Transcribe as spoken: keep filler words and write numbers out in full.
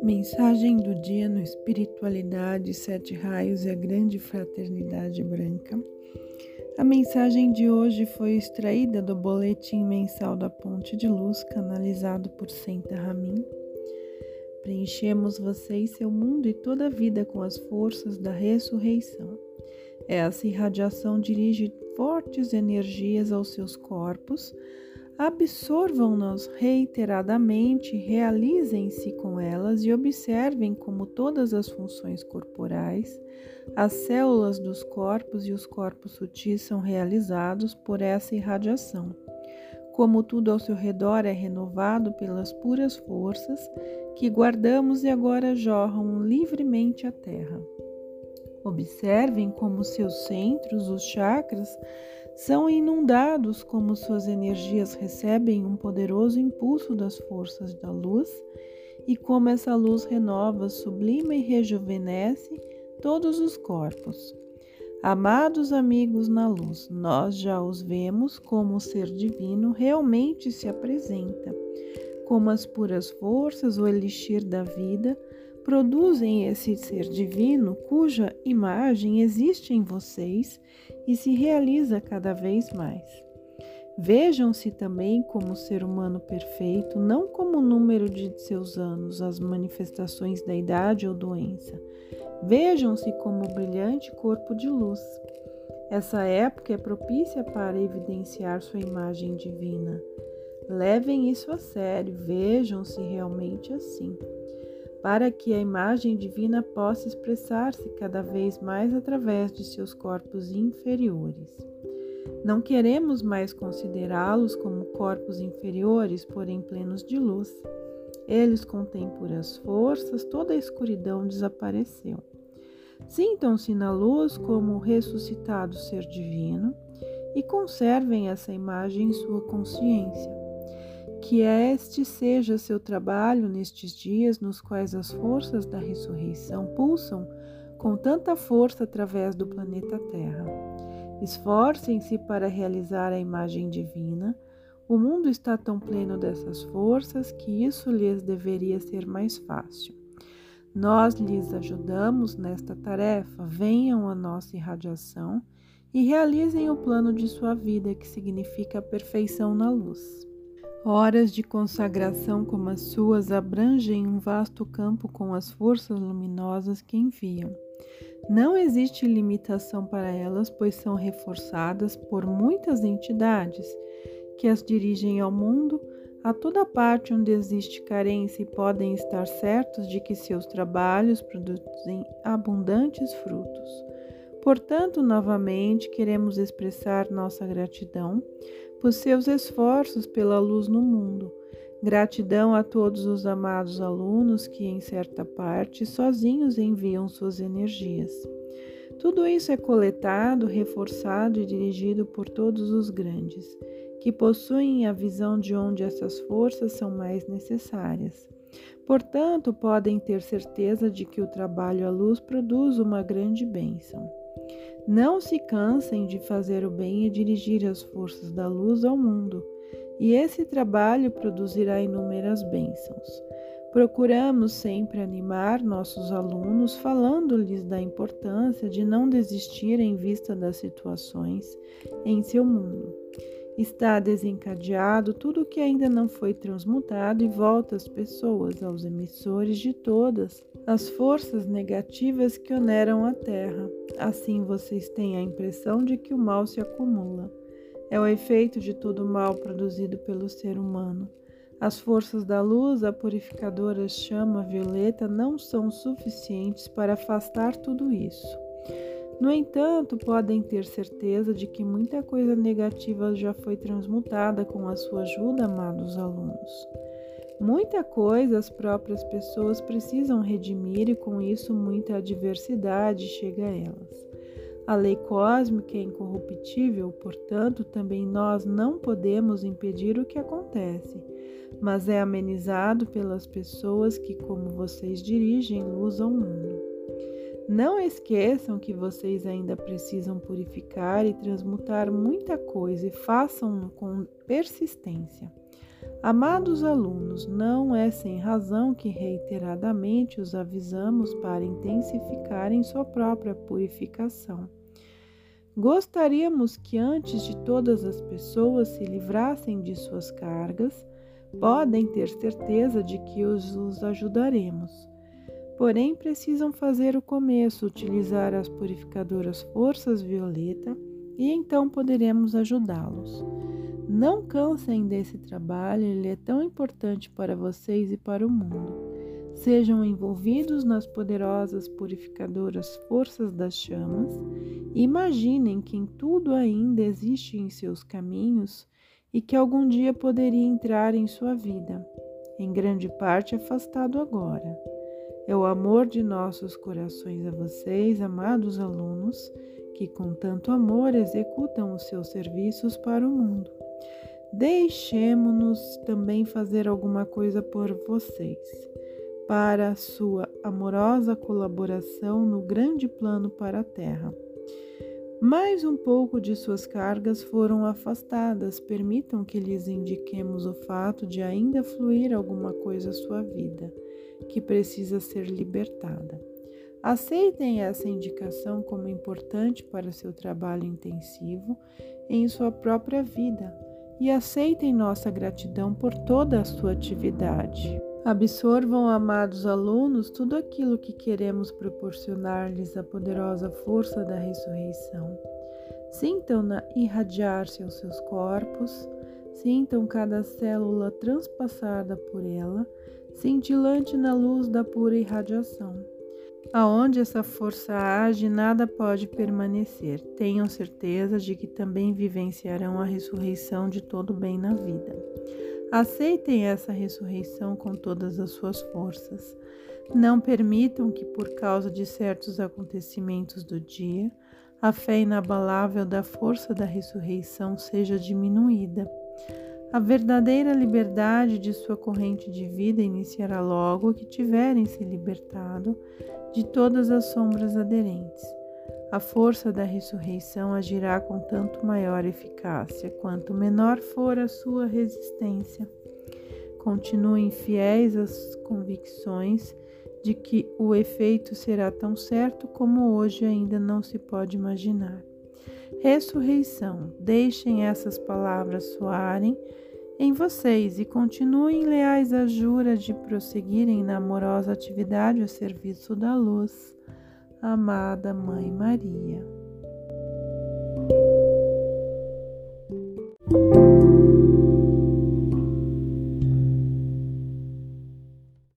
Mensagem do dia no Espiritualidade, Sete Raios e a Grande Fraternidade Branca. A mensagem de hoje foi extraída do boletim mensal da Ponte de Luz, canalizado por Senta Ramin. Preenchemos você e seu mundo e toda a vida com as forças da ressurreição. Essa irradiação dirige fortes energias aos seus corpos. Absorvam-nas reiteradamente, realizem-se com elas e observem como todas as funções corporais, as células dos corpos e os corpos sutis são realizados por essa irradiação. Como tudo ao seu redor é renovado pelas puras forças que guardamos e agora jorram livremente à Terra. Observem como seus centros, os chakras, são inundados, como suas energias recebem um poderoso impulso das forças da luz e como essa luz renova, sublima e rejuvenesce todos os corpos. Amados amigos na luz, nós já os vemos como o ser divino realmente se apresenta, como as puras forças, o elixir da vida, produzem esse ser divino cuja imagem existe em vocês e se realiza cada vez mais. Vejam-se também como ser humano perfeito, não como o número de seus anos, as manifestações da idade ou doença. Vejam-se como o brilhante corpo de luz. Essa época é propícia para evidenciar sua imagem divina. Levem isso a sério, vejam-se realmente assim, para que a imagem divina possa expressar-se cada vez mais através de seus corpos inferiores. Não queremos mais considerá-los como corpos inferiores, porém plenos de luz. Eles contêm puras forças, toda a escuridão desapareceu. Sintam-se na luz como o ressuscitado ser divino e conservem essa imagem em sua consciência. Que este seja seu trabalho nestes dias nos quais as forças da ressurreição pulsam com tanta força através do planeta Terra. Esforcem-se para realizar a imagem divina. O mundo está tão pleno dessas forças que isso lhes deveria ser mais fácil. Nós lhes ajudamos nesta tarefa. Venham à nossa irradiação e realizem o plano de sua vida, que significa a perfeição na luz. Horas de consagração como as suas abrangem um vasto campo com as forças luminosas que enviam. Não existe limitação para elas, pois são reforçadas por muitas entidades que as dirigem ao mundo, a toda parte onde existe carência, e podem estar certos de que seus trabalhos produzem abundantes frutos. Portanto, novamente, queremos expressar nossa gratidão por seus esforços pela luz no mundo. Gratidão a todos os amados alunos que, em certa parte, sozinhos enviam suas energias. Tudo isso é coletado, reforçado e dirigido por todos os grandes, que possuem a visão de onde essas forças são mais necessárias. Portanto, podem ter certeza de que o trabalho à luz produz uma grande bênção. Não se cansem de fazer o bem e dirigir as forças da luz ao mundo, e esse trabalho produzirá inúmeras bênçãos. Procuramos sempre animar nossos alunos, falando-lhes da importância de não desistir em vista das situações em seu mundo. Está desencadeado tudo o que ainda não foi transmutado e volta às pessoas, aos emissores de todas as forças negativas que oneram a Terra. Assim vocês têm a impressão de que o mal se acumula. É o efeito de todo o mal produzido pelo ser humano. As forças da luz, a purificadora chama violeta, não são suficientes para afastar tudo isso. No entanto, podem ter certeza de que muita coisa negativa já foi transmutada com a sua ajuda, amados alunos. Muita coisa as próprias pessoas precisam redimir e com isso muita adversidade chega a elas. A lei cósmica é incorruptível, portanto, também nós não podemos impedir o que acontece, mas é amenizado pelas pessoas que, como vocês, dirigem luz ao mundo. Não esqueçam que vocês ainda precisam purificar e transmutar muita coisa e façam-no com persistência. Amados alunos, não é sem razão que reiteradamente os avisamos para intensificarem sua própria purificação. Gostaríamos que antes de todas as pessoas se livrassem de suas cargas, podem ter certeza de que os, os ajudaremos. Porém, precisam fazer o começo, utilizar as purificadoras forças violeta e então poderemos ajudá-los. Não cansem desse trabalho, ele é tão importante para vocês e para o mundo. Sejam envolvidos nas poderosas purificadoras forças das chamas e imaginem que em tudo ainda existe em seus caminhos e que algum dia poderia entrar em sua vida, em grande parte afastado agora. É o amor de nossos corações a vocês, amados alunos, que com tanto amor executam os seus serviços para o mundo. Deixemo-nos também fazer alguma coisa por vocês, para a sua amorosa colaboração no grande plano para a Terra. Mais um pouco de suas cargas foram afastadas. Permitam que lhes indiquemos o fato de ainda fluir alguma coisa à sua vida, que precisa ser libertada. Aceitem essa indicação como importante para seu trabalho intensivo em sua própria vida e aceitem nossa gratidão por toda a sua atividade. Absorvam, amados alunos, tudo aquilo que queremos proporcionar-lhes a poderosa força da ressurreição. Sintam-na irradiar-se aos seus corpos, sintam cada célula transpassada por ela, cintilante na luz da pura irradiação. Aonde essa força age, nada pode permanecer. Tenham certeza de que também vivenciarão a ressurreição de todo bem na vida. Aceitem essa ressurreição com todas as suas forças. Não permitam que, por causa de certos acontecimentos do dia, a fé inabalável da força da ressurreição seja diminuída. A verdadeira liberdade de sua corrente de vida iniciará logo que tiverem se libertado de todas as sombras aderentes. A força da ressurreição agirá com tanto maior eficácia, quanto menor for a sua resistência. Continuem fiéis às convicções de que o efeito será tão certo como hoje ainda não se pode imaginar. Ressurreição, deixem essas palavras soarem em vocês e continuem leais à jura de prosseguirem na amorosa atividade ao serviço da luz. Amada Mãe Maria.